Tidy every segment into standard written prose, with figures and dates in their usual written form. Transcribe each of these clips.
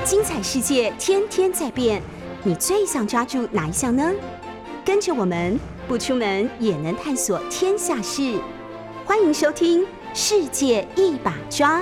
精彩世界天天在变，你最想抓住哪一项呢？跟着我们不出门也能探索天下事，欢迎收听《世界一把抓》。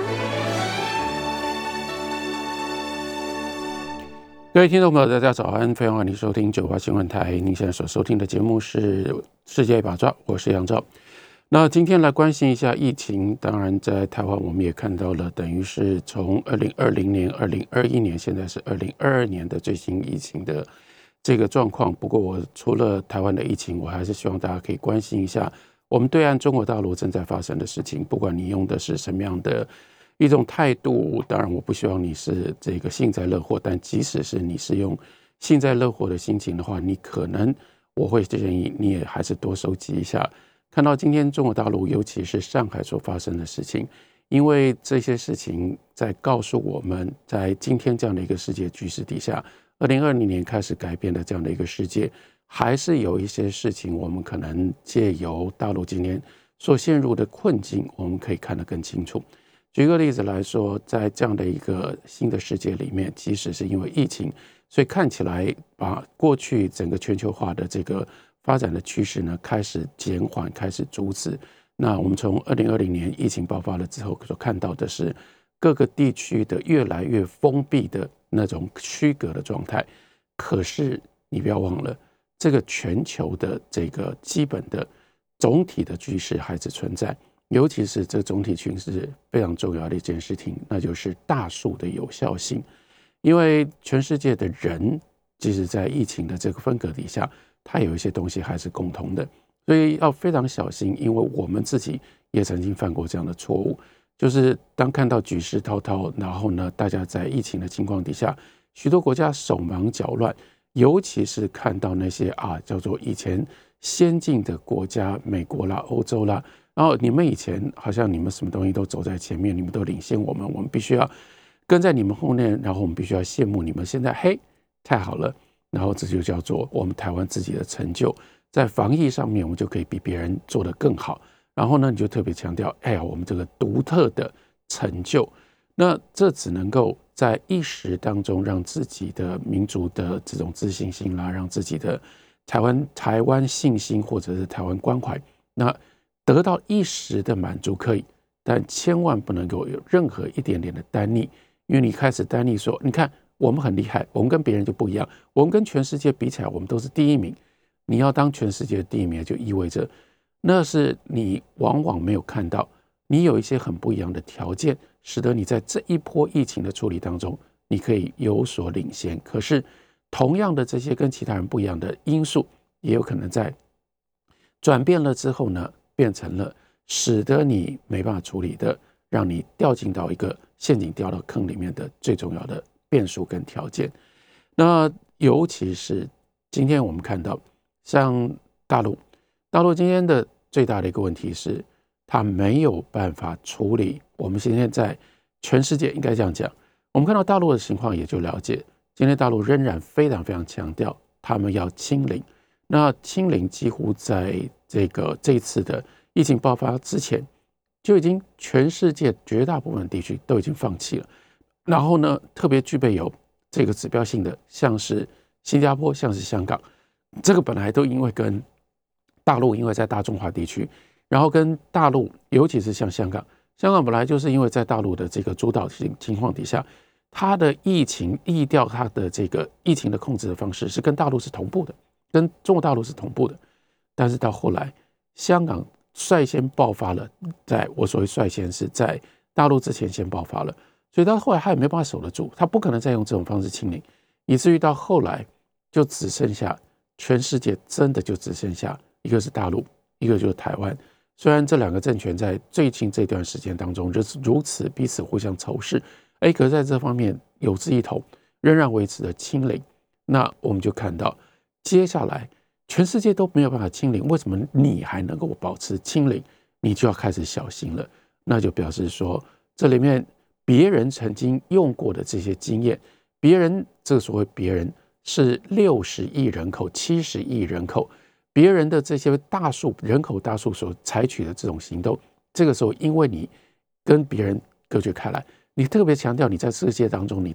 各位听众朋友，大家早安，非常欢迎收听九八新闻台。您现在所收听的节目是《世界一把抓》，我是杨照。那今天来关心一下疫情，当然在台湾我们也看到了，等于是从2020年、2021年，现在是2022年的最新疫情的这个状况。不过我除了台湾的疫情，我还是希望大家可以关心一下我们对岸中国大陆正在发生的事情，不管你用的是什么样的一种态度，当然我不希望你是这个幸灾乐祸，但即使是你是用幸灾乐祸的心情的话，你可能我会建议你也还是多收集一下，看到今天中国大陆尤其是上海所发生的事情，因为这些事情在告诉我们，在今天这样的一个世界局势底下，2020年开始改变的这样的一个世界，还是有一些事情我们可能借由大陆今天所陷入的困境，我们可以看得更清楚。举个例子来说，在这样的一个新的世界里面，即使是因为疫情，所以看起来把过去整个全球化的这个发展的趋势呢开始减缓，开始阻止。那我们从2020年疫情爆发了之后所看到的是各个地区的越来越封闭的那种区隔的状态。可是你不要忘了，这个全球的这个基本的总体的局势还是存在，尤其是这总体趋势非常重要的一件事情，那就是大数的有效性。因为全世界的人即使在疫情的这个分隔底下，它有一些东西还是共同的，所以要非常小心。因为我们自己也曾经犯过这样的错误，就是当看到局势滔滔，然后呢，大家在疫情的情况底下，许多国家手忙脚乱，尤其是看到那些叫做以前先进的国家，美国啦、欧洲啦，然后你们以前好像你们什么东西都走在前面，你们都领先我们，我们必须要跟在你们后面，然后我们必须要羡慕你们现在，嘿，太好了。然后这就叫做我们台湾自己的成就，在防疫上面我们就可以比别人做得更好。然后呢，你就特别强调，我们这个独特的成就，那这只能够在一时当中让自己的民族的这种自信心啦，让自己的台湾信心或者是台湾关怀，那得到一时的满足可以，但千万不能够有任何一点点的单逆，因为你开始单逆说，你看我们很厉害，我们跟别人就不一样，我们跟全世界比起来，我们都是第一名。你要当全世界的第一名，就意味着那是你往往没有看到，你有一些很不一样的条件，使得你在这一波疫情的处理当中，你可以有所领先。可是同样的这些跟其他人不一样的因素，也有可能在转变了之后呢，变成了使得你没办法处理的，让你掉进到一个陷阱、掉到坑里面的最重要的变数跟条件。那尤其是今天我们看到像大陆今天的最大的一个问题是，它没有办法处理我们现在在全世界应该这样讲，我们看到大陆的情况也就了解，今天大陆仍然非常非常强调他们要清零。那清零几乎在这一次的疫情爆发之前，就已经全世界绝大部分地区都已经放弃了。然后呢，特别具备有这个指标性的，像是新加坡，像是香港，这个本来都因为跟大陆，因为在大中华地区，然后跟大陆，尤其是像香港本来就是因为在大陆的这个主导情况底下，它的疫情疫调，它的这个疫情的控制的方式是跟大陆是同步的，跟中国大陆是同步的。但是到后来，香港率先爆发了，在我所谓率先是在大陆之前先爆发了。所以到后来他也没办法守得住，他不可能再用这种方式清零，以至于到后来就只剩下全世界真的就只剩下一个是大陆，一个就是台湾。虽然这两个政权在最近这段时间当中如此彼此互相仇视，可是在这方面有志一同，仍然维持了清零。那我们就看到接下来全世界都没有办法清零，为什么你还能够保持清零？你就要开始小心了。那就表示说这里面别人曾经用过的这些经验，别人这个所谓别人是60亿人口、70亿人口，别人的这些人口大数所采取的这种行动，这个时候因为你跟别人隔绝开来，你特别强调你在世界当中你的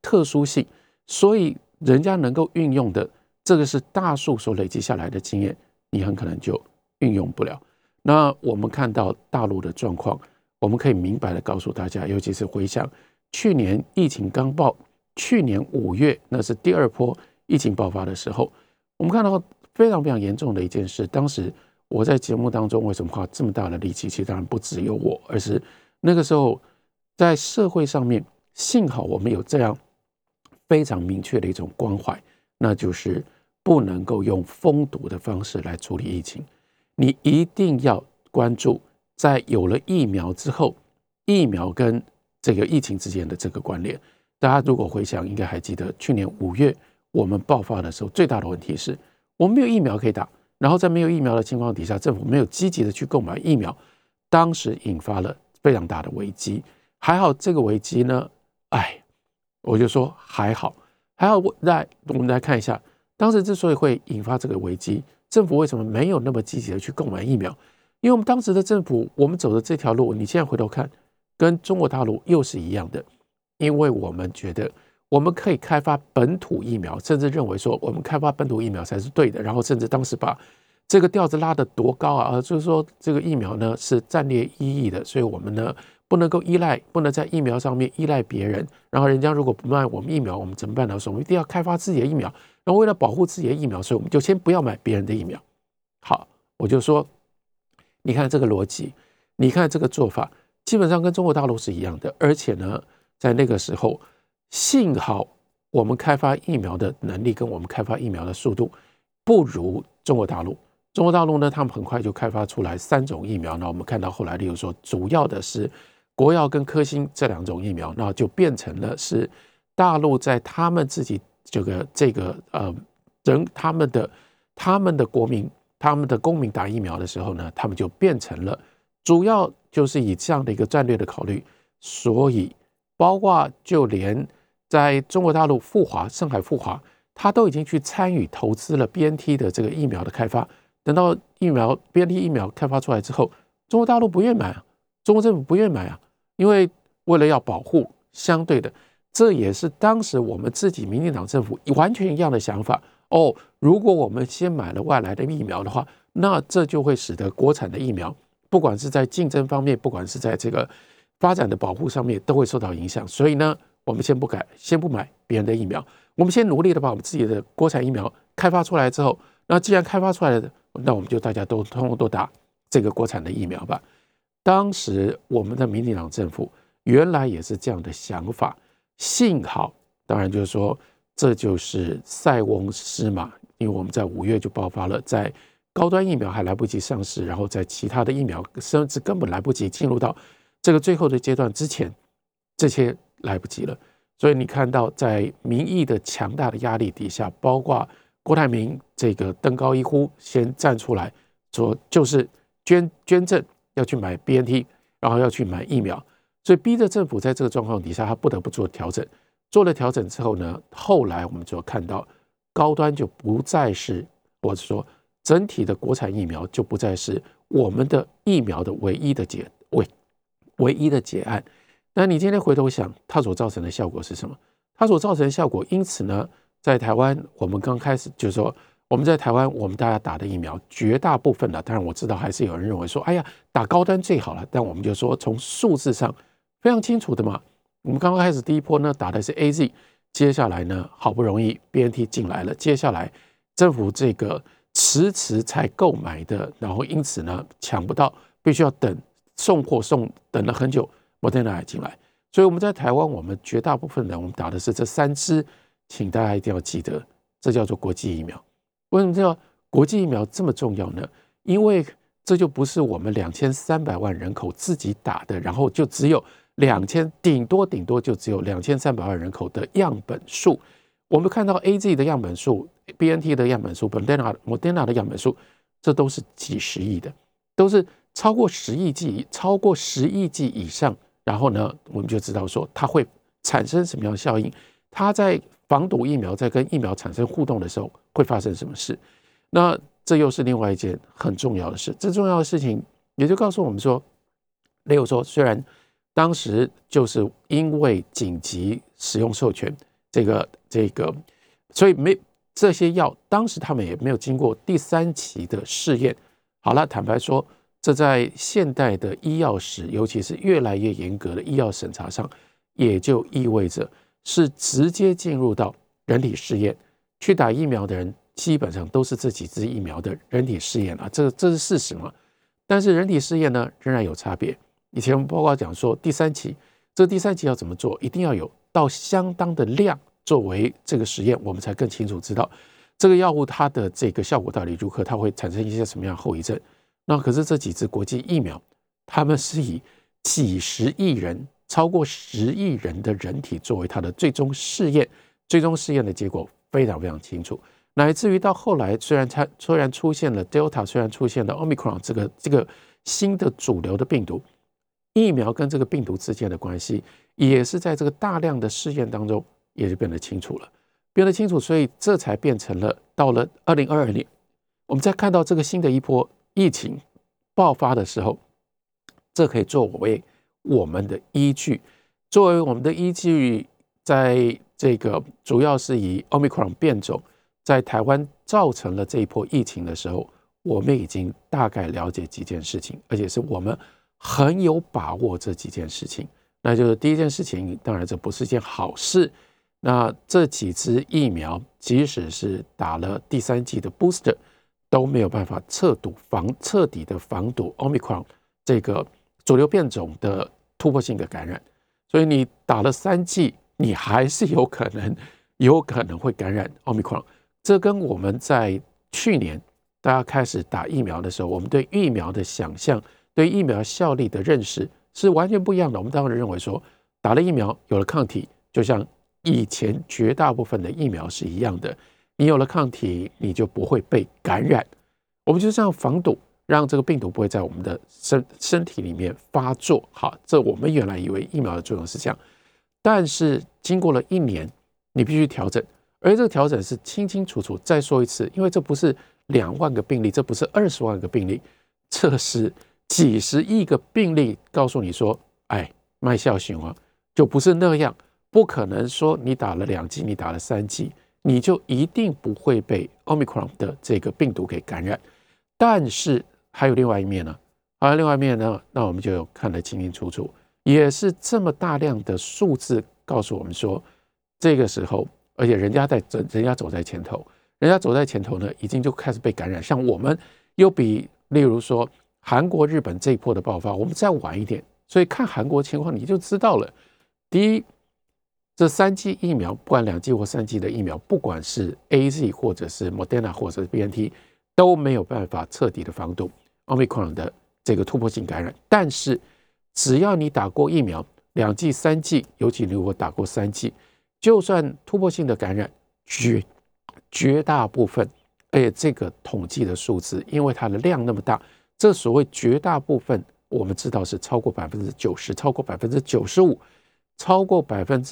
特殊性，所以人家能够运用的，这个是大数所累积下来的经验，你很可能就运用不了。那我们看到大陆的状况，我们可以明白的告诉大家，尤其是回想去年疫情刚爆，去年5月那是第2波疫情爆发的时候，我们看到非常非常严重的一件事。当时我在节目当中为什么花这么大的力气？其实当然不只有我，而是那个时候在社会上面，幸好我们有这样非常明确的一种关怀，那就是不能够用封堵的方式来处理疫情。你一定要关注在有了疫苗之后，疫苗跟这个疫情之间的这个关联。大家如果回想，应该还记得去年5月我们爆发的时候，最大的问题是我们没有疫苗可以打，然后在没有疫苗的情况底下，政府没有积极的去购买疫苗，当时引发了非常大的危机。还好这个危机呢，我就说还好。我们来看一下，当时之所以会引发这个危机，政府为什么没有那么积极的去购买疫苗？因为我们当时的政府，我们走的这条路，你现在回头看，跟中国大陆又是一样的。因为我们觉得我们可以开发本土疫苗，甚至认为说我们开发本土疫苗才是对的，然后甚至当时把这个调子拉得多高啊！就是说这个疫苗呢是战略意义的，所以我们呢不能够依赖，不能在疫苗上面依赖别人。然后人家如果不卖我们疫苗，我们怎么办呢？所以我们一定要开发自己的疫苗。然后为了保护自己的疫苗，所以我们就先不要买别人的疫苗。好，我就说，你看这个逻辑，你看这个做法，基本上跟中国大陆是一样的。而且呢，在那个时候，幸好我们开发疫苗的能力跟我们开发疫苗的速度不如中国大陆。中国大陆呢，他们很快就开发出来3种疫苗。那我们看到后来，例如说，主要的是国药跟科兴这2种疫苗，那就变成了是大陆在他们自己他们的国民、他们的公民打疫苗的时候呢，他们就变成了主要就是以这样的一个战略的考虑，所以包括就连在中国大陆上海复华，他都已经去参与投资了 BNT 的这个疫苗的开发。等到BNT 疫苗开发出来之后，中国大陆不愿买啊，中国政府不愿买啊，因为为了要保护，相对的，这也是当时我们自己民进党政府完全一样的想法哦。如果我们先买了外来的疫苗的话，那这就会使得国产的疫苗，不管是在竞争方面，不管是在这个发展的保护上面，都会受到影响。所以呢，我们先不买别人的疫苗，我们先努力的把我们自己的国产疫苗开发出来之后，那既然开发出来了，那我们就大家都通通都打这个国产的疫苗吧。当时我们的民进党政府原来也是这样的想法，幸好，当然就是说，这就是塞翁失马，因为我们在5月就爆发了，在高端疫苗还来不及上市，然后在其他的疫苗甚至根本来不及进入到这个最后的阶段之前，这些来不及了。所以你看到在民意的强大的压力底下，包括郭台铭这个登高一呼，先站出来说就是捐赠要去买 BNT， 然后要去买疫苗，所以逼着政府在这个状况底下，他不得不做调整。做了调整之后呢，后来我们就看到高端就不再是，或者说整体的国产疫苗就不再是我们的疫苗的唯一的结案。那你今天回头想，它所造成的效果是什么？它所造成的效果，因此呢，在台湾我们刚开始就是说，我们在台湾我们大家打的疫苗绝大部分了，当然我知道还是有人认为说，哎呀，打高端最好了，但我们就说从数字上非常清楚的嘛。我们刚刚开始第一波呢打的是 AZ， 接下来呢好不容易 BNT 进来了，接下来政府这个迟才购买的，然后因此呢抢不到，必须要等送货等了很久，Moderna 也进来，所以我们在台湾我们绝大部分人我们打的是这3支，请大家一定要记得，这叫做国际疫苗。为什么叫国际疫苗这么重要呢？因为这就不是我们2300万人口自己打的，然后就只有顶多就只有2300万人口的样本数。我们看到 AZ 的样本数、BNT 的样本数、Moderna 的样本数，这都是几十亿的，都是超过10亿剂以上。然后呢，我们就知道说它会产生什么样的效应，它在防堵疫苗在跟疫苗产生互动的时候会发生什么事。那这又是另外一件很重要的事。这重要的事情也就告诉我们说，例如说，虽然当时就是因为紧急使用授权， 所以这些药当时他们也没有经过第3期的试验。好了，坦白说，这在现代的医药史，尤其是越来越严格的医药审查上，也就意味着是直接进入到人体试验。去打疫苗的人基本上都是这几支疫苗的人体试验啊，这是事实嘛。但是人体试验呢，仍然有差别。以前我们包括讲说第3期，这第3期要怎么做，一定要有到相当的量作为这个实验，我们才更清楚知道这个药物它的这个效果到底如何，它会产生一些什么样的后遗症。那可是这几支国际疫苗，他们是以几十亿人、超过10亿人的人体作为它的最终试验，最终试验的结果非常非常清楚。乃至于到后来，虽然出现了 Delta， 虽然出现了 Omicron 这个新的主流的病毒，疫苗跟这个病毒之间的关系，也是在这个大量的试验当中，也就变得清楚了，所以这才变成了到了2022年，我们再看到这个新的一波疫情爆发的时候，这可以作为我们的依据，在这个主要是以 Omicron 变种在台湾造成了这一波疫情的时候，我们已经大概了解几件事情，而且是我们很有把握这几件事情。那就是第一件事情，当然这不是件好事。那这几支疫苗，即使是打了第3剂的 booster， 都没有办法彻底的防堵 Omicron 这个主流变种的突破性的感染。所以你打了3剂，你还是有可能会感染 Omicron。这跟我们在去年大家开始打疫苗的时候，我们对疫苗的想象、对疫苗效力的认识是完全不一样的。我们当然认为说，打了疫苗有了抗体，就像以前绝大部分的疫苗是一样的，你有了抗体，你就不会被感染。我们就这样防堵，让这个病毒不会在我们的身体里面发作。好，这我们原来以为疫苗的作用是这样，但是经过了1年，你必须调整。而这个调整是清清楚楚，再说一次，因为这不是2万个病例，这不是20万个病例，这是几十亿个病例告诉你说，卖笑行啊，就不是那样，不可能说你打了2剂，你打了3剂，你就一定不会被 Omicron 的这个病毒给感染。但是还有另外一面呢，那我们就看得清清楚楚，也是这么大量的数字告诉我们说，这个时候。而且人家走在前头，呢，已经就开始被感染。像我们又比，例如说韩国、日本这一波的爆发，我们再晚一点，所以看韩国情况你就知道了。第一，这3剂疫苗，不管2剂或3剂的疫苗，不管是 AZ 或者是 Moderna 或者是 BNT， 都没有办法彻底的防堵 Omicron 的这个突破性感染。但是只要你打过疫苗，2剂、3剂，尤其如果打过3剂。就算突破性的感染，绝大部分，而且这个统计的数字，因为它的量那么大，这所谓绝大部分，我们知道是超过90%，超过95%，超过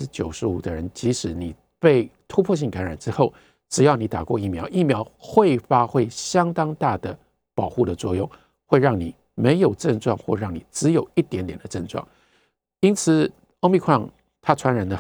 95%的人，即使你被突破性感染之后，只要你打过疫苗，疫苗会发挥相当大的保护的作用，会让你没有症状，或让你只有一点点的症状。因此 Omicron 它传染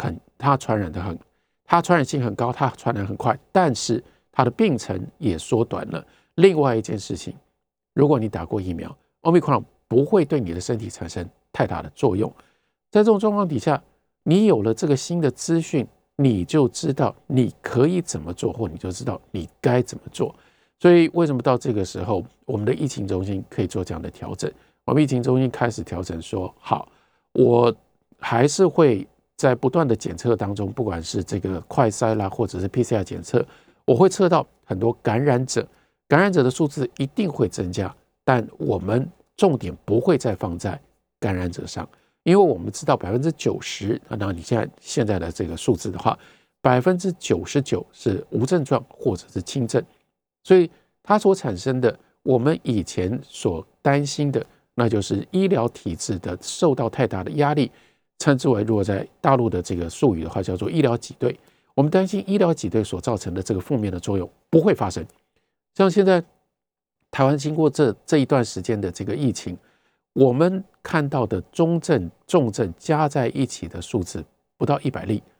性很高，它传染很快，但是它的病程也缩短了。另外一件事情，如果你打过疫苗， Omicron 不会对你的身体产生太大的作用。在这种状况底下，你有了这个新的资讯，你就知道你可以怎么做，或你就知道你该怎么做。所以为什么到这个时候，我们的疫情中心可以做这样的调整？我们疫情中心开始调整说，好，我还是会在不断的检测当中，不管是这个快筛啦，或者是 PCR 检测，我会测到很多感染者的数字一定会增加，但我们重点不会再放在感染者上，因为我们知道90%，那你现在的这个数字的话，99%是无症状或者是轻症，所以它所产生的我们以前所担心的，那就是医疗体制的受到太大的压力，称之为，如果在大陆的这个术语的话，叫做医疗挤兑。我们担心医疗挤兑所造成的这个负面的作用不会发生。像现在台湾经过这一段时间的这个疫情，我们看到的中症、重症加在一起的数字不到100例，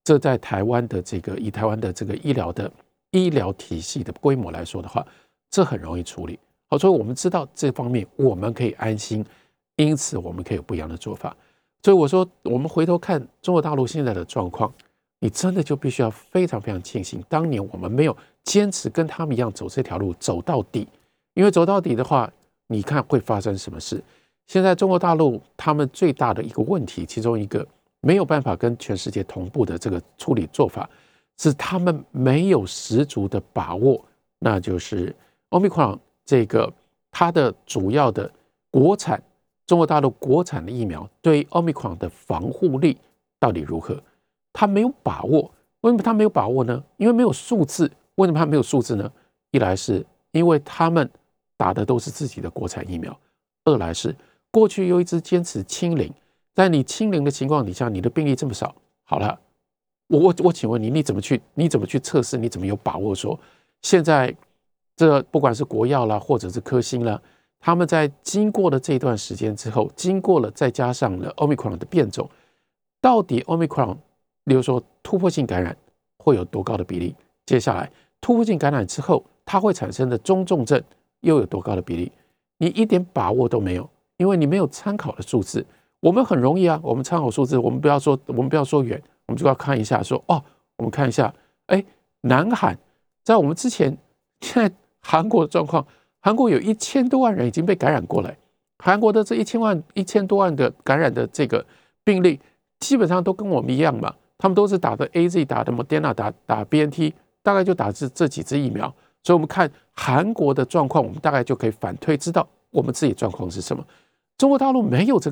这在台湾的以台湾的这个医疗体系的规模来说的话，这很容易处理。好，所以我们知道这方面我们可以安心，因此我们可以有不一样的做法。所以我说，我们回头看中国大陆现在的状况，你真的就必须要非常非常庆幸，当年我们没有坚持跟他们一样走这条路走到底，因为走到底的话，你看会发生什么事。现在中国大陆他们最大的一个问题，其中一个没有办法跟全世界同步的这个处理做法，是他们没有十足的把握，那就是 Omicron 这个它的主要的国产中国大陆国产的疫苗对 Omicron 的防护力到底如何？他没有把握。为什么他没有把握呢？因为没有数字。为什么他没有数字呢？一来是因为他们打的都是自己的国产疫苗，二来是过去又一直坚持清零，在你清零的情况底下，你的病例这么少，好了，我请问你，你怎么去测试？你怎么有把握说现在这不管是国药啦，或者是科兴啦，他们在经过了这一段时间之后，经过了再加上了 Omicron 的变种，到底 Omicron 例如说突破性感染会有多高的比例？接下来突破性感染之后，它会产生的中重症又有多高的比例？你一点把握都没有，因为你没有参考的数字。我们很容易啊，我们参考数字，我们不要说远，我们就要看一下说我们看一下，南韩在我们之前，现在韩国的状况，韩国有1000多万人已经被感染过来，韩国的这1000多万的感染的这个病例，基本上都跟我们一样嘛，他们都是打的 AZ， 打的 Moderna， 打 BNT， 大概就打这几支疫苗，所以我们看韩国的状况，我们大概就可以反推知道我们自己的状况是什么。中国大陆没有这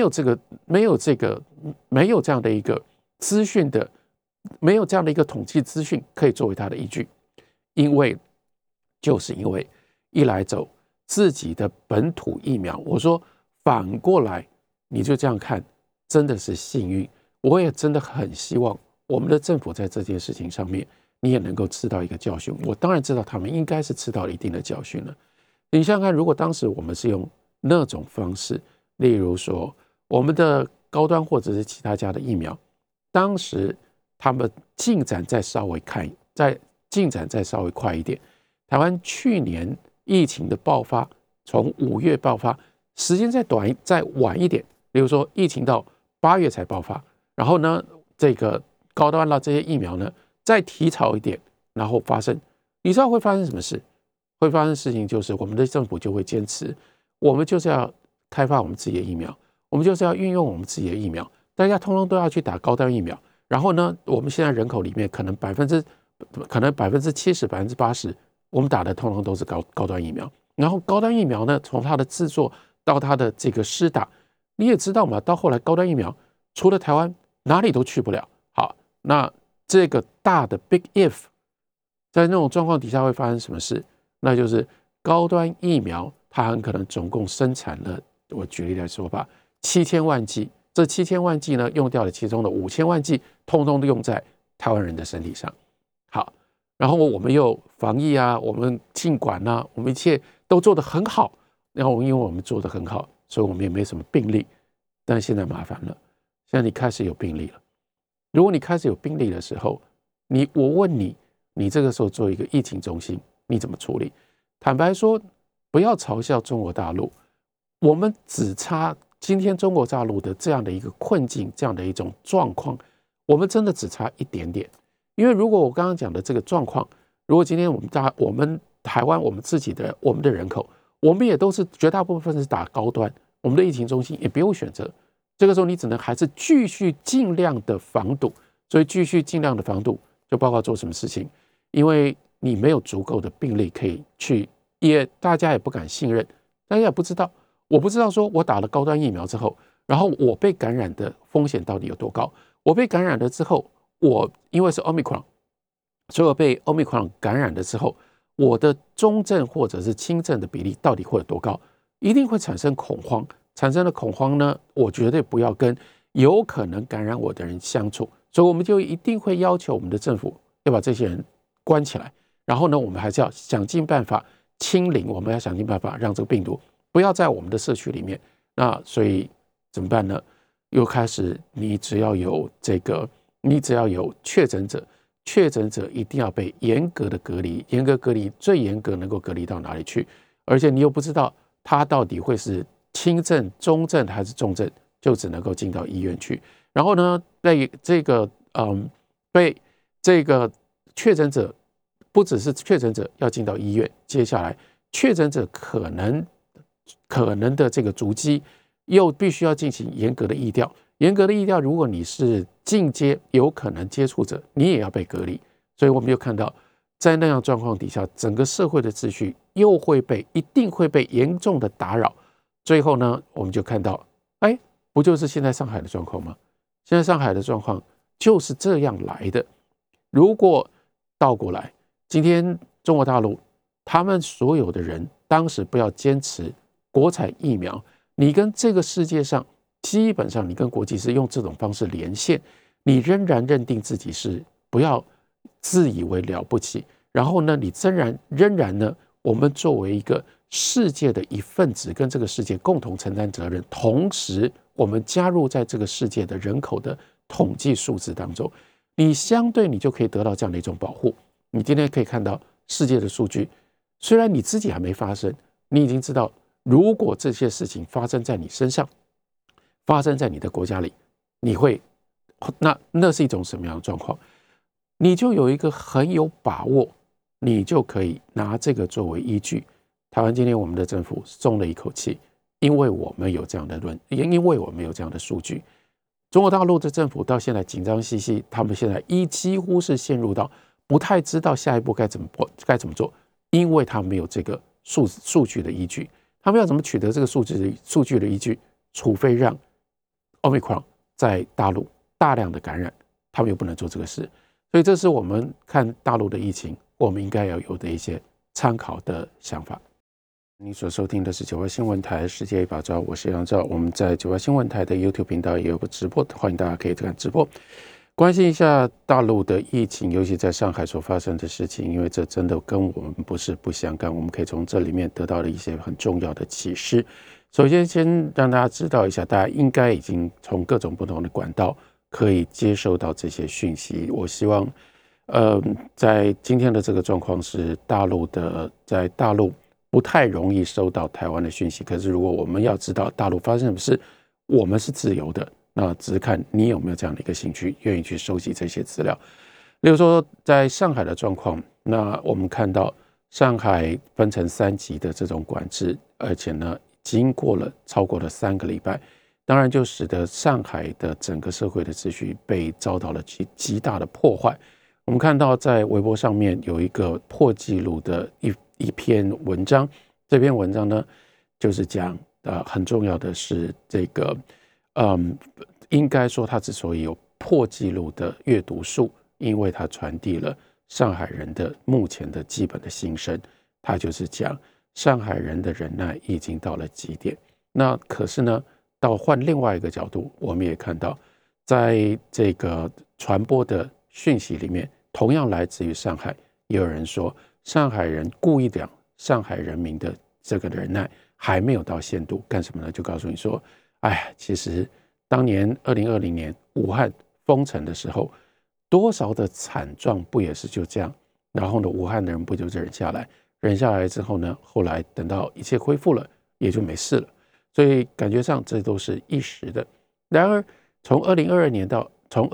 样的一个资讯的，没有这样的一个统计资讯可以作为它的依据，就是因为一来走自己的本土疫苗，我说反过来你就这样看，真的是幸运。我也真的很希望我们的政府在这件事情上面，你也能够吃到一个教训。我当然知道他们应该是吃到了一定的教训了。你想想看，如果当时我们是用那种方式，例如说我们的高端或者是其他家的疫苗，当时他们进展再稍微快一点。台湾去年疫情的爆发，从5月爆发，时间再晚一点，例如说疫情到8月才爆发，然后呢，这个高端了这些疫苗呢再提早一点，然后发生，你知道会发生什么事？会发生的事情就是我们的政府就会坚持，我们就是要开发我们自己的疫苗，我们就是要运用我们自己的疫苗，大家通通都要去打高端疫苗。然后呢，我们现在人口里面可能70%、80%，我们打的通通都是高端疫苗。然后高端疫苗呢，从它的制作到它的这个施打，你也知道嘛，到后来高端疫苗除了台湾哪里都去不了。好，那这个大的 big if， 在那种状况底下会发生什么事？那就是高端疫苗它很可能总共生产了，我举例来说吧，7000万剂，这7000万剂呢，用掉了其中的5000万剂，通通都用在台湾人的身体上。好，然后我们又防疫啊，我们尽管啊，我们一切都做得很好，然后因为我们做得很好，所以我们也没什么病例。但现在麻烦了，现在你开始有病例了。如果你开始有病例的时候，我问你，你这个时候做一个疫情中心，你怎么处理？坦白说，不要嘲笑中国大陆，我们只差今天中国大陆的这样的一个困境，这样的一种状况，我们真的只差一点点。因为如果我刚刚讲的这个状况，如果今天我们台湾我们自己的我们的人口，我们也都是绝大部分是打高端，我们的疫情中心也不用选择。这个时候你只能还是继续尽量的防堵，所以继续尽量的防堵，就包括做什么事情，因为你没有足够的病例可以去，大家也不敢信任，大家也不知道，我不知道说我打了高端疫苗之后，然后我被感染的风险到底有多高？我被感染了之后，我因为是 Omicron， 所以我被 Omicron 感染了之后，我的中症或者是轻症的比例到底会有多高？一定会产生恐慌。产生了恐慌呢，我绝对不要跟有可能感染我的人相处，所以我们就一定会要求我们的政府要把这些人关起来，然后呢，我们还是要想尽办法清零，我们要想尽办法让这个病毒不要在我们的社区里面。那所以怎么办呢？又开始你只要有这个你只要有确诊者，确诊者一定要被严格的隔离，严格隔离，最严格能够隔离到哪里去？而且你又不知道他到底会是轻症、中症还是重症，就只能够进到医院去。然后呢，被这个确诊者，不只是确诊者要进到医院，接下来确诊者可能的这个足迹又必须要进行严格的疫调。严格的疫调，如果你是进阶有可能接触者，你也要被隔离。所以我们就看到，在那样状况底下，整个社会的秩序一定会被严重的打扰。最后呢，我们就看到，不就是现在上海的状况吗？现在上海的状况就是这样来的。如果倒过来，今天中国大陆他们所有的人当时不要坚持国产疫苗，你跟这个世界上基本上你跟国际是用这种方式连线，你仍然认定自己是不要自以为了不起，然后呢，你仍然呢，我们作为一个世界的一份子，跟这个世界共同承担责任，同时我们加入在这个世界的人口的统计数字当中，你相对你就可以得到这样的一种保护。你今天可以看到世界的数据，虽然你自己还没发生，你已经知道，如果这些事情发生在你身上，发生在你的国家里，你会那是一种什么样的状况？你就有一个很有把握，你就可以拿这个作为依据。台湾今天我们的政府松了一口气，因为我们有这样的因为我们有这样的数据。中国大陆的政府到现在紧张兮兮，他们现在几乎是陷入到不太知道下一步该怎么做，因为他们没有这个数据的依据。他们要怎么取得这个数据的依据？除非让 Omicron 在大陆大量的感染，他们又不能做这个事。所以这是我们看大陆的疫情，我们应该要有的一些参考的想法。你所收听的是988新闻台世界一把抓，我是杨照。我们在988新闻台的 YouTube 频道也有个直播，欢迎大家可以看直播，关心一下大陆的疫情，尤其在上海所发生的事情，因为这真的跟我们不是不相干，我们可以从这里面得到了一些很重要的启示。首先让大家知道一下，大家应该已经从各种不同的管道可以接收到这些讯息。我希望在今天的这个状况是在大陆不太容易收到台湾的讯息，可是如果我们要知道大陆发生什么事，我们是自由的，那只是看你有没有这样的一个兴趣，愿意去收集这些资料。例如说在上海的状况，那我们看到上海分成3级的这种管制，而且呢超过了3个礼拜，当然就使得上海的整个社会的秩序被遭到了极大的破坏。我们看到在微博上面有一个破纪录的一篇文章，这篇文章呢就是讲很重要的是这个应该说它之所以有破纪录的阅读数，因为它传递了上海人的目前的基本的心声。它就是讲上海人的忍耐已经到了极点。那可是呢，到换另外一个角度，我们也看到在这个传播的讯息里面，同样来自于上海，也有人说上海人故意讲上海人民的这个忍耐还没有到限度，干什么呢？就告诉你说，其实当年2020年武汉封城的时候，多少的惨状不也是就这样？然后呢，武汉的人不就忍下来之后呢，后来等到一切恢复了，也就没事了。所以感觉上这都是一时的。然而从2020年到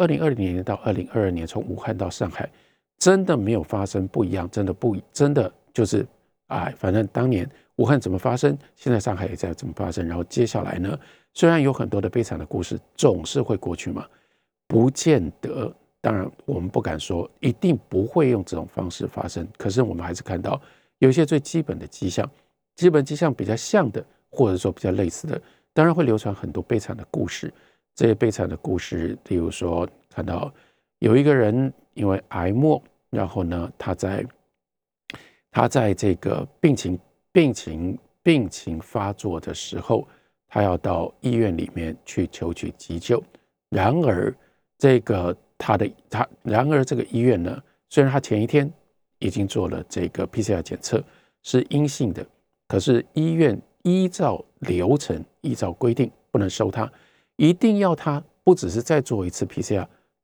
2022年，从武汉到上海，真的没有发生不一样，真的就是反正当年武汉怎么发生，现在上海也在怎么发生。然后接下来呢，虽然有很多的悲惨的故事，总是会过去嘛，不见得。当然我们不敢说一定不会用这种方式发生，可是我们还是看到有一些最基本的迹象，比较像的，或者说比较类似的，当然会流传很多悲惨的故事。这些悲惨的故事，例如说看到有一个人因为癌末，然后呢他在这个病情发作的时候，他要到医院里面去求取急救。然而这个医院呢，虽然他前一天已经做了这个 PCR 检测是阴性的，可是医院依照流程依照规定不能收他，一定要他不只是再做一次 PCR，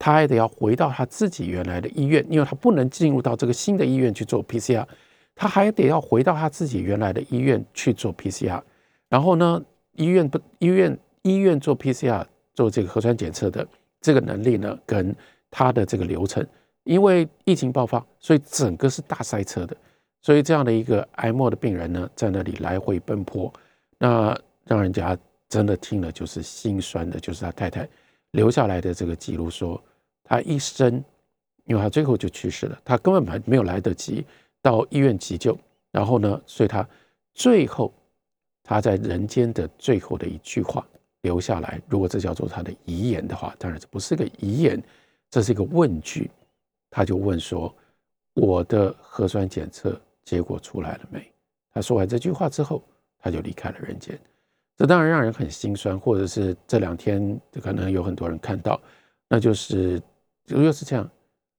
他还得要回到他自己原来的医院，因为他不能进入到这个新的医院去做 PCR， 他还得要回到他自己原来的医院去做 PCR。然后呢，医院做 PCR 做这个核酸检测的这个能力呢，跟他的这个流程，因为疫情爆发，所以整个是大塞车的。所以这样的一个癌末的病人呢，在那里来回奔波，那让人家真的听了就是心酸的，就是他太太留下来的这个记录说，他一生，因为他最后就去世了，他根本没有来得及到医院急救，然后呢，所以他最后他在人间的最后的一句话留下来，如果这叫做他的遗言的话，当然这不是个遗言，这是一个问句，他就问说，我的核酸检测结果出来了没？他说完这句话之后，他就离开了人间。这当然让人很心酸，或者是这2天可能有很多人看到，那就是又是这样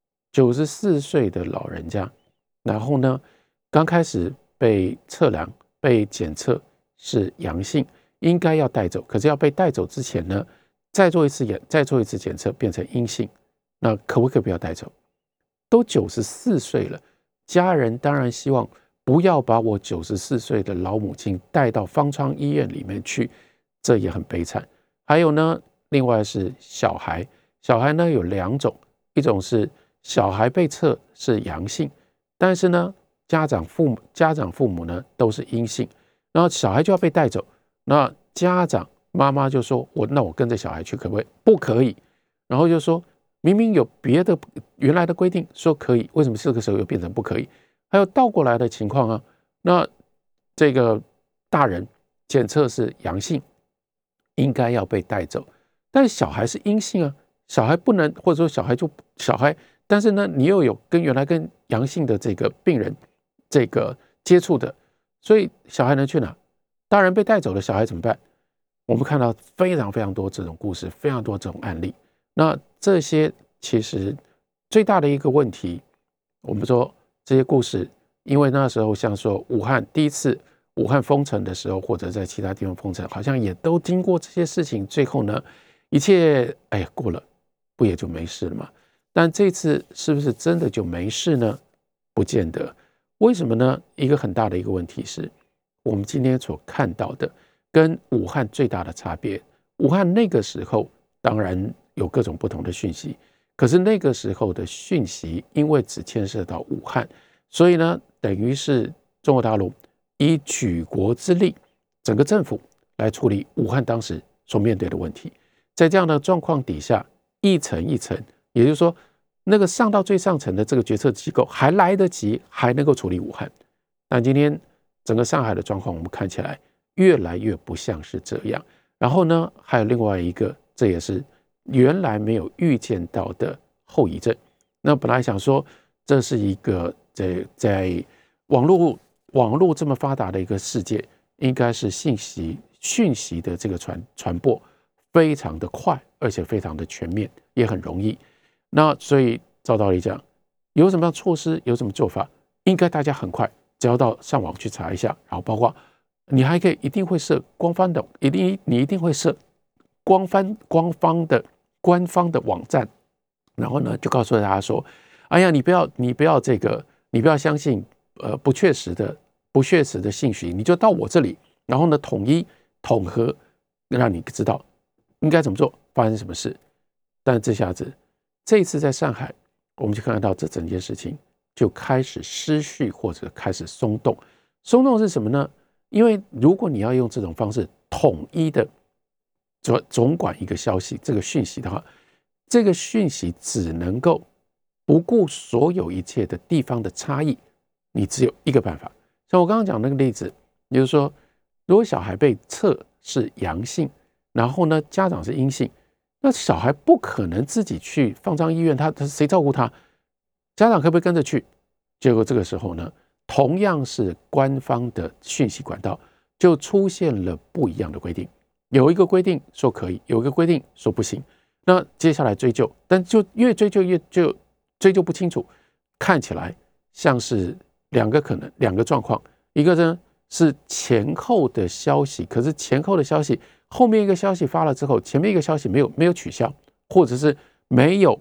，94岁的老人家，然后呢，刚开始被测量、被检测是阳性，应该要带走，可是要被带走之前呢，再做一次检测变成阴性，那可不可以不要带走？都94岁了，家人当然希望不要把我94岁的老母亲带到方舱医院里面去，这也很悲惨。还有呢，另外是小孩呢有2种，一种是小孩被测是阳性，但是呢家长父母呢都是阴性，然后小孩就要被带走，那家长妈妈就说那我跟着小孩去可不可以？不可以，然后就说明明有别的原来的规定说可以，为什么这个时候又变成不可以？还有倒过来的情况啊，那这个大人检测是阳性，应该要被带走，但是小孩是阴性啊，小孩不能，或者说小孩，但是呢，你又有原来跟阳性的这个病人这个接触的，所以小孩能去哪？大人被带走了，小孩怎么办？我们看到非常非常多这种故事，非常多这种案例。那这些其实最大的一个问题，我们说这些故事，因为那时候像说第一次武汉封城的时候，或者在其他地方封城，好像也都经过这些事情，最后呢，一切过了，不也就没事了吗？但这次是不是真的就没事呢？不见得。为什么呢？一个很大的一个问题是，我们今天所看到的跟武汉最大的差别，武汉那个时候当然有各种不同的讯息，可是那个时候的讯息因为只牵涉到武汉，所以呢，等于是中国大陆以举国之力，整个政府来处理武汉当时所面对的问题。在这样的状况底下，一层一层，也就是说，那个上到最上层的这个决策机构还来得及，还能够处理武汉。但今天整个上海的状况，我们看起来越来越不像是这样。然后呢，还有另外一个，这也是原来没有预见到的后遗症。那本来想说，这是一个在网络这么发达的一个世界，应该是讯息的这个传播非常的快，而且非常的全面，也很容易。那所以照道理讲，有什么措施，有什么做法，应该大家很快只要到上网去查一下，然后包括你还可以一定会设你一定会设官方的网站，然后呢就告诉大家说，哎呀，你不要相信不确实的信息，你就到我这里，然后呢统合，让你知道应该怎么做，发生什么事。但这一次在上海，我们就看到这整件事情就开始失序，或者开始松动。松动是什么呢？因为如果你要用这种方式统一的总管一个消息，这个讯息的话，这个讯息只能够不顾所有一切的地方的差异，你只有一个办法。像我刚刚讲那个例子，也就是说，如果小孩被测是阳性，然后呢家长是阴性，那小孩不可能自己去方舱医院，他谁照顾他？家长可不可以跟着去？结果这个时候呢，同样是官方的讯息管道，就出现了不一样的规定。有一个规定说可以，有一个规定说不行。那接下来追究，但就越追究追究不清楚，看起来像是两个状况，一个呢是前后的消息，可是前后的消息后面一个消息发了之后，前面一个消息没有取消，或者是没有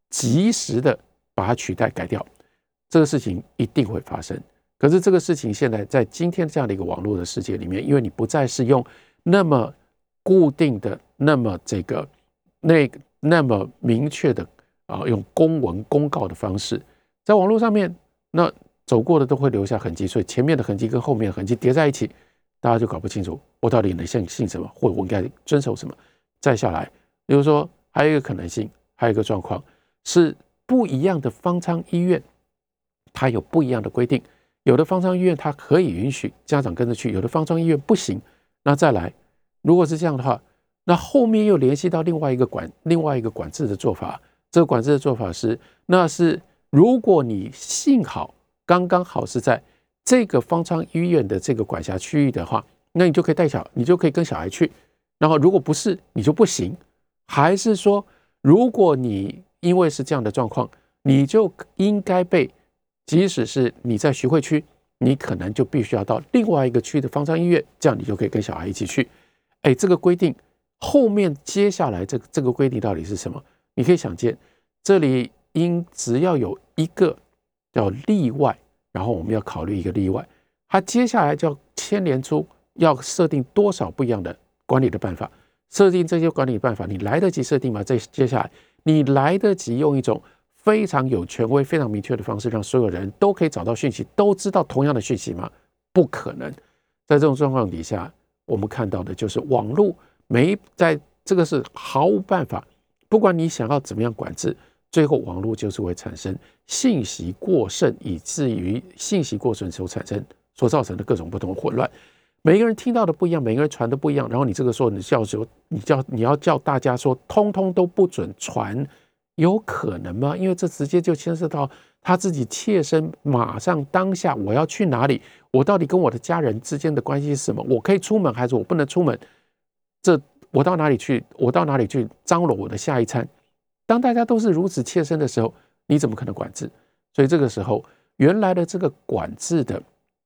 及时的把它取代改掉，这个事情一定会发生。可是这个事情现在在今天这样的一个网络的世界里面，因为你不再是用那么固定的、那么那么明确的用公文公告的方式，在网络上面，那走过的都会留下痕迹，所以前面的痕迹跟后面的痕迹叠在一起，大家就搞不清楚我到底能信什么，或者我应该遵守什么。再下来，比如说还有一个可能性，还有一个状况是不一样的方舱医院，它有不一样的规定。有的方舱医院它可以允许家长跟着去，有的方舱医院不行。那再来，如果是这样的话，那后面又联系到另外一个管制的做法。这个管制的做法是，那是如果你幸好刚刚好是在这个方舱医院的这个管辖区域的话，那你就可以跟小孩去。然后如果不是，你就不行。还是说，如果你因为是这样的状况，你就应该被，即使是你在徐汇区，你可能就必须要到另外一个区的方舱医院，这样你就可以跟小孩一起去。这个规定后面接下来这个规定到底是什么？你可以想见，这里只要有一个叫例外，然后我们要考虑一个例外，它接下来就要牵连出要设定多少不一样的管理的办法。设定这些管理办法，你来得及设定吗？接下来你来得及用一种非常有权威、非常明确的方式，让所有人都可以找到讯息，都知道同样的讯息吗？不可能。在这种状况底下，我们看到的就是网络在这个是毫无办法，不管你想要怎么样管制，最后网络就是会产生信息过剩，以至于信息过剩所造成的各种不同的混乱。每一个人听到的不一样，每个人传的不一样，然后你这个时候你要叫大家说通通都不准传，有可能吗？因为这直接就牵涉到他自己切身马上当下我要去哪里，我到底跟我的家人之间的关系是什么，我可以出门还是我不能出门，我到哪里去张罗我的下一餐。当大家都是如此切身的时候，你怎么可能管制？所以这个时候原来这个管制的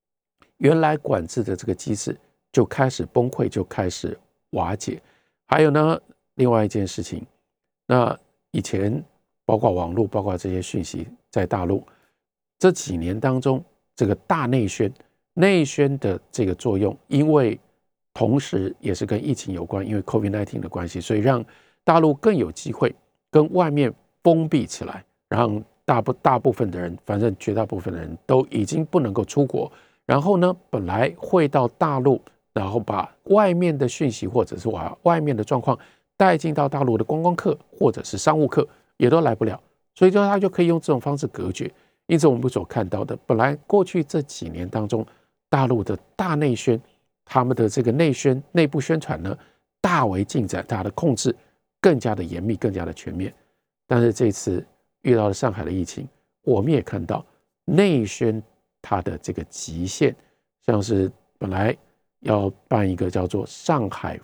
这个机制就开始崩溃，就开始瓦解。还有呢，另外一件事情，那以前包括网络，包括这些讯息，在大陆这几年当中，这个大内宣的这个作用，因为同时也是跟疫情有关，因为 COVID-19 的关系，所以让大陆更有机会跟外面封闭起来，让大部分的人，反正绝大部分的人都已经不能够出国。然后呢，本来会到大陆，然后把外面的讯息或者是外面的状况带进到大陆的观光客或者是商务客，也都来不了。所以他就可以用这种方式隔绝。因此我们所看到的，本来过去这几年当中，大陆的大内宣，他们的这个内部宣传呢，大为进展，它的控制更加的严密，更加的全面。但是这次遇到了上海的疫情，我们也看到内宣它的这个极限，像是本来要办一个叫做上海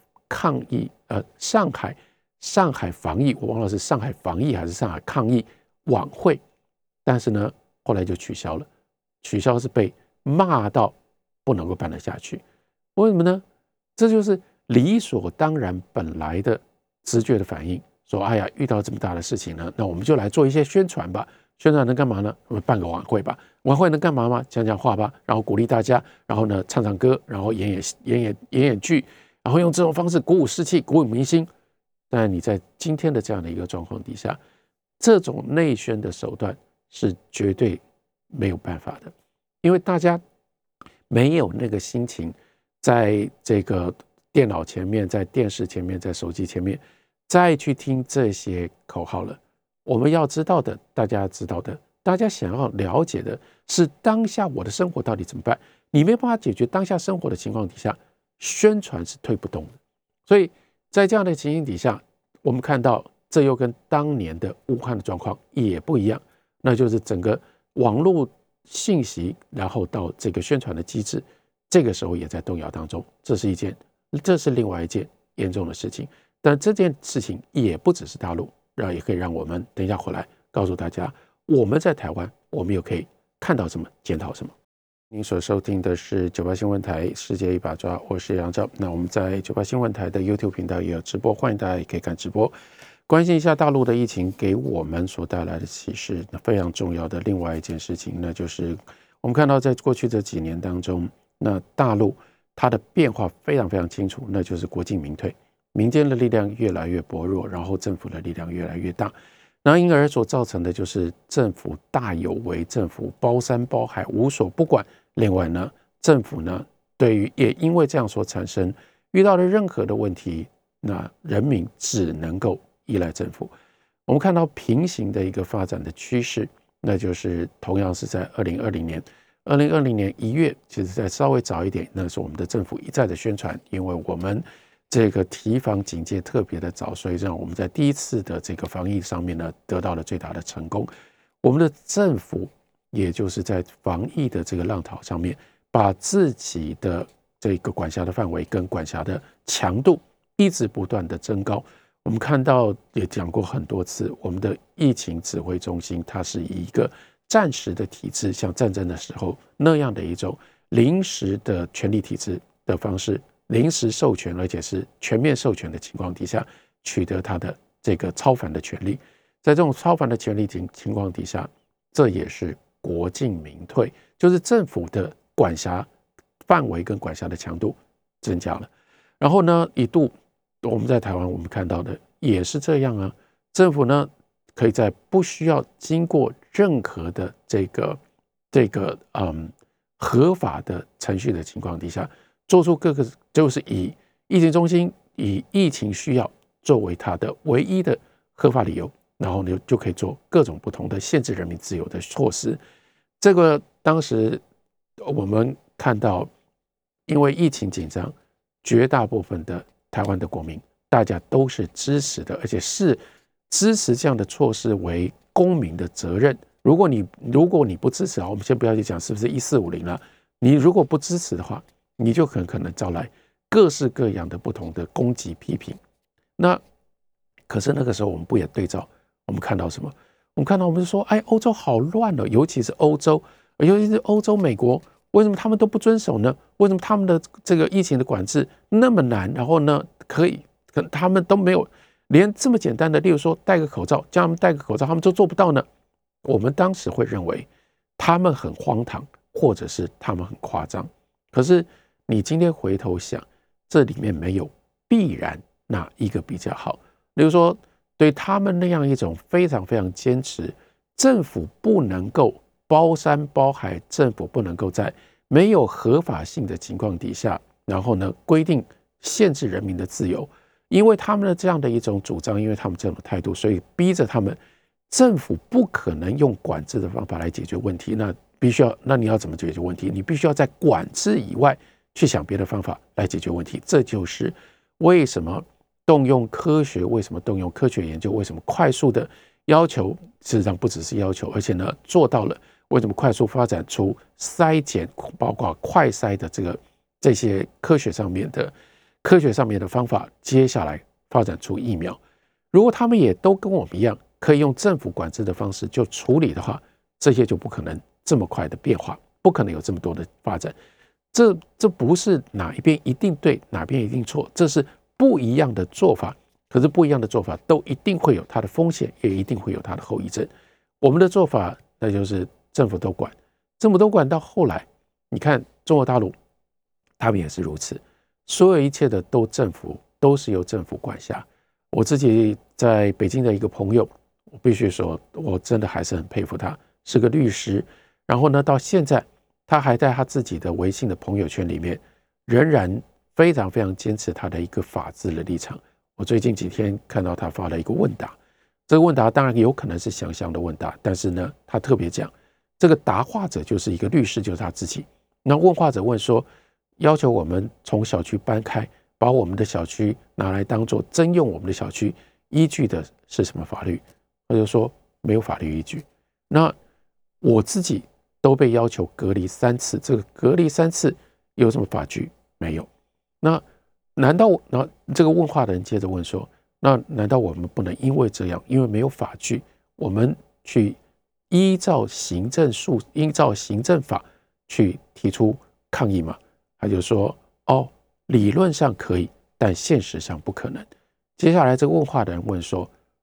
防疫，我忘了是上海防疫还是上海抗疫晚会，但是呢后来就取消了，取消是被骂到不能够办得下去。为什么呢？这就是理所当然本来的直觉的反应，说哎呀，遇到这么大的事情呢，那我们就来做一些宣传吧。宣传能干嘛呢？我们办个晚会吧。晚会能干嘛吗？讲话吧，然后鼓励大家，然后呢唱歌，然后演剧，然后用这种方式鼓舞士气，鼓舞民心。但你在今天的这样的一个状况底下，这种内宣的手段是绝对没有办法的，因为大家没有那个心情，在这个电脑前面，在电视前面，在手机前面，再去听这些口号了。我们要知道的，大家知道的，大家想要了解的是当下我的生活到底怎么办？你没办法解决当下生活的情况底下，宣传是推不动的。所以在这样的情形底下，我们看到这又跟当年的武汉的状况也不一样，那就是整个网络信息，然后到这个宣传的机制，这个时候也在动摇当中。这是另外一件严重的事情。但这件事情也不只是大陆，也可以让我们等一下回来告诉大家，我们在台湾，我们又可以看到什么，检讨什么。您所收听的是98新闻台世界一把抓，我是杨照。那我们在98新闻台的 YouTube 频道也有直播，欢迎大家也可以看直播。 关心一下大陆的疫情给我们所带来的启示。非常重要的另外一件事情，那就是我们看到在过去这几年当中，那大陆它的变化非常非常清楚，那就是国进民退，民间的力量越来越薄弱，然后政府的力量越来越大，然后因而所造成的就是政府大有为，政府包山包海无所不管。另外呢，政府呢对于也因为这样所产生遇到的任何的问题，那人民只能够依赖政府。我们看到平行的一个发展的趋势，那就是同样是在2020年1月，其实再稍微早一点，那是我们的政府一再的宣传，因为我们这个提防警戒特别的早，所以让我们在第一次的这个防疫上面呢得到了最大的成功。我们的政府也就是在防疫的这个浪潮上面，把自己的这个管辖的范围跟管辖的强度一直不断的增高。我们看到也讲过很多次，我们的疫情指挥中心它是以一个暂时的体制，像战争的时候那样的一种临时的权力体制的方式，临时授权而且是全面授权的情况底下，取得它的这个超凡的权利。在这种超凡的权利情况底下，这也是国进民退，就是政府的管辖范围跟管辖的强度增加了。然后呢，一度我们在台湾我们看到的也是这样啊，政府呢可以在不需要经过任何的这个合法的程序的情况底下，做出各个就是以疫情中心以疫情需要作为它的唯一的合法理由，然后呢就可以做各种不同的限制人民自由的措施。这个当时我们看到，因为疫情紧张，绝大部分的台湾的国民大家都是支持的，而且是支持这样的措施为公民的责任。如果你不支持，我们先不要去讲是不是1450了，你如果不支持的话，你就很可能招来各式各样的不同的攻击批评。那可是那个时候我们不也对照，我们看到什么？我们看到我们就说，哎，欧洲好乱了，尤其是欧洲美国，为什么他们都不遵守呢？为什么他们的这个疫情的管制那么难？然后呢，他们都没有连这么简单的，例如说戴个口罩，叫他们戴个口罩，他们都做不到呢。我们当时会认为他们很荒唐，或者是他们很夸张。可是你今天回头想，这里面没有必然哪一个比较好。例如说，对他们那样一种非常非常坚持，政府不能够包山包海，政府不能够在没有合法性的情况底下，然后呢规定限制人民的自由。因为他们的这样的一种主张，因为他们这种态度，所以逼着他们，政府不可能用管制的方法来解决问题。那你要怎么解决问题？你必须要在管制以外去想别的方法来解决问题。这就是为什么动用科学，为什么动用科学研究，为什么快速的要求，事实上不只是要求，而且呢做到了。为什么快速发展出筛检，包括快筛的这些科学上面的方法，接下来发展出疫苗。如果他们也都跟我们一样，可以用政府管制的方式就处理的话，这些就不可能这么快的变化，不可能有这么多的发展。这不是哪一边一定对，哪边一定错，这是不一样的做法。可是不一样的做法都一定会有它的风险，也一定会有它的后遗症。我们的做法那就是政府都管，政府都管到后来，你看中国大陆，他们也是如此。所有一切的政府都是由政府管辖。我自己在北京的一个朋友，我必须说，我真的还是很佩服他，是个律师。然后呢，到现在他还在他自己的微信的朋友圈里面，仍然非常非常坚持他的一个法治的立场。我最近几天看到他发了一个问答，这个问答当然有可能是想象的问答，但是呢，他特别讲，这个答话者就是一个律师，就是他自己。那问话者问说，要求我们从小区搬开，把我们的小区拿来当作征用我们的小区，依据的是什么法律？他就说没有法律依据。那我自己都被要求隔离3次，这个隔离3次有什么法据？没有。那难道这个问话的人接着问说，那难道我们不能因为这样，因为没有法据，我们去依照行政法去提出抗议吗？他就说，理论上可以，但现实上不可能。接下来这个问话的人问说，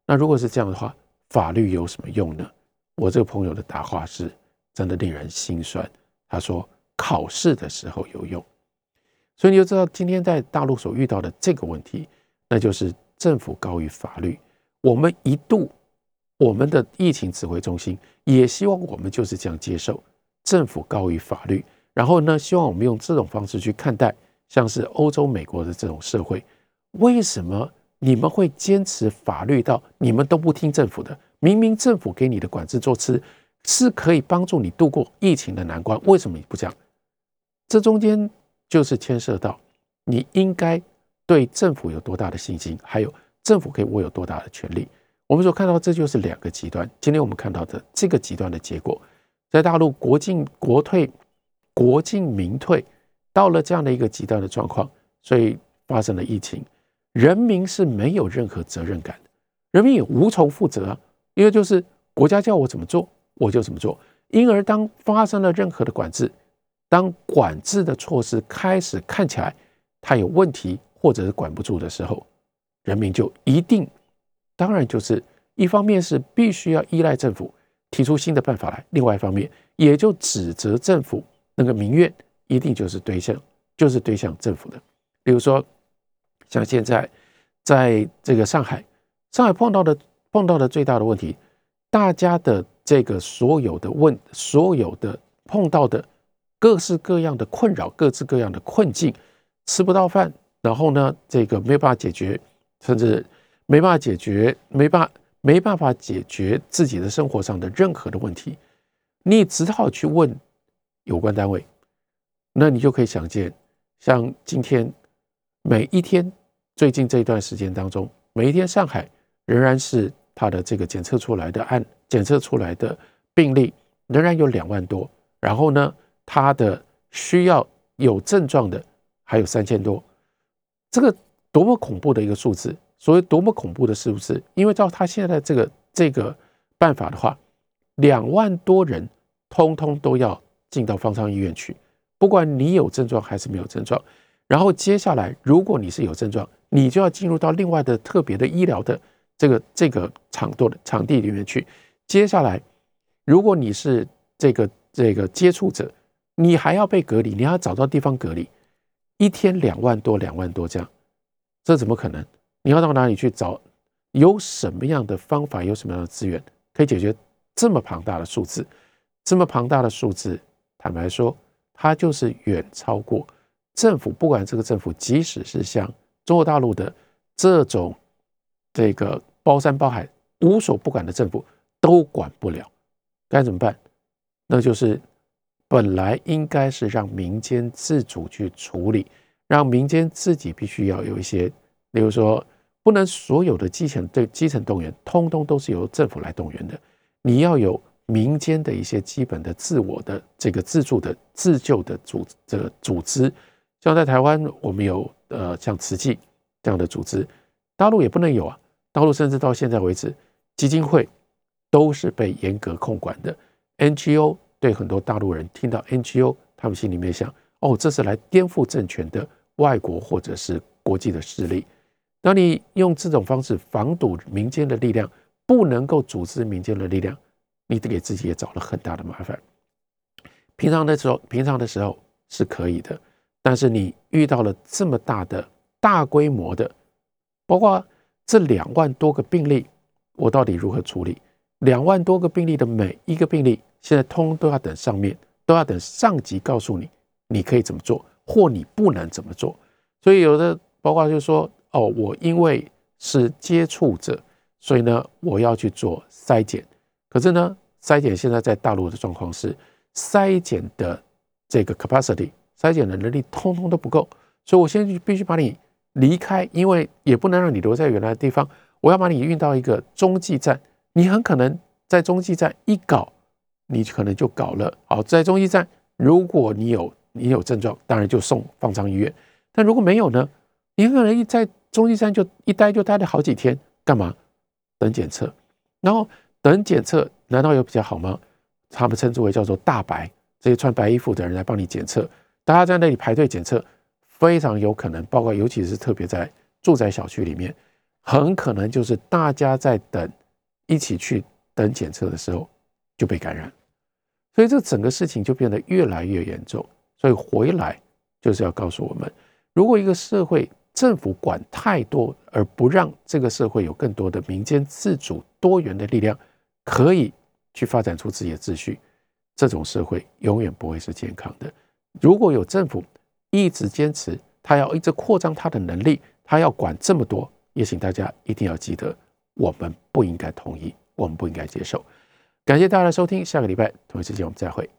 那如果是这样的话，法律有什么用呢？我这个朋友的答话是真的令人心酸。他说考试的时候有用。所以你就知道今天在大陆所遇到的这个问题，那就是政府高于法律。我们一度我们的疫情指挥中心也希望我们就是这样接受政府高于法律，然后呢，希望我们用这种方式去看待像是欧洲、美国的这种社会。为什么你们会坚持法律到你们都不听政府的？明明政府给你的管制措施是可以帮助你度过疫情的难关，为什么你不这样？这中间就是牵涉到你应该对政府有多大的信心，还有政府可以握有多大的权利。我们所看到这就是两个极端。今天我们看到的这个极端的结果，在大陆国进国退、国进民退，到了这样的一个极端的状况，所以发生了疫情，人民是没有任何责任感的，人民也无从负责啊，因为就是国家叫我怎么做我就怎么做。因而当发生了任何的管制，当管制的措施开始看起来它有问题或者是管不住的时候，人民就一定，当然就是一方面是必须要依赖政府提出新的办法来，另外一方面也就指责政府，那个民怨一定就是对向政府的。比如说像现在在这个上海碰到的最大的问题，大家的这个所有的碰到的各式各样的困扰，各式各样的困境，吃不到饭，然后呢，这个没办法解决，甚至没办法解决自己的生活上的任何的问题，你只好去问有关单位。那你就可以想见，像今天每一天，最近这一段时间当中，每一天上海仍然是它的这个检测出来的病例仍然有2万多，然后呢，它的需要有症状的还有3000多，这个多么恐怖的一个数字！所谓多么恐怖的数字，因为照他现在这个办法的话，2万多人通通都要进到方舱医院去，不管你有症状还是没有症状。然后接下来，如果你是有症状，你就要进入到另外的特别的医疗的这个场地里面去。接下来，如果你是这个接触者，你还要被隔离，你还要找到地方隔离。一天2万多这样，这怎么可能？你要到哪里去找？有什么样的方法，有什么样的资源可以解决这么庞大的数字？这么庞大的数字，坦白说，它就是远超过政府，不管这个政府，即使是像中国大陆的这种这个包山包海、无所不管的政府，都管不了。该怎么办？那就是本来应该是让民间自主去处理，让民间自己必须要有一些，例如说，不能所有的基层动员通通都是由政府来动员的，你要有民间的一些基本的自我的这个自救的组织。像在台湾我们有像慈济这样的组织，大陆也不能有啊，大陆甚至到现在为止基金会都是被严格控管的。 NGO 对很多大陆人听到 NGO， 他们心里面想，这是来颠覆政权的外国或者是国际的势力。当你用这种方式防堵民间的力量，不能够组织民间的力量，你给自己也找了很大的麻烦。平常的时候是可以的，但是你遇到了这么大规模的，包括这2万多个病例，我到底如何处理？2万多个病例的每一个病例，现在通通都要等上级告诉你，你可以怎么做，或你不能怎么做。所以有的包括就是说，我因为是接触者，所以呢，我要去做筛检。可是呢，筛检现在在大陆的状况是，筛检的这个 capacity， 筛检的能力通通都不够，所以我现在必须把你离开，因为也不能让你留在原来的地方，我要把你运到一个中继站。你很可能在中继站一搞，你可能就搞了。好，在中继站，如果你有症状，当然就送方舱医院。但如果没有呢？你很可能在中继站就待了好几天，干嘛？等检测。然后等检测，难道有比较好吗？他们称之为叫做大白，这些穿白衣服的人来帮你检测，大家在那里排队检测，非常有可能，包括尤其是特别在住宅小区里面， 很可能就是大家在一起去等检测的时候就被感染，所以这整个事情就变得越来越严重。所以回来就是要告诉我们，如果一个社会政府管太多，而不让这个社会有更多的民间自主多元的力量可以去发展出自己的秩序，这种社会永远不会是健康的。如果有政府一直坚持他要一直扩张他的能力，他要管这么多，也请大家一定要记得，我们不应该同意，我们不应该接受。感谢大家的收听，下个礼拜同一时间我们再会。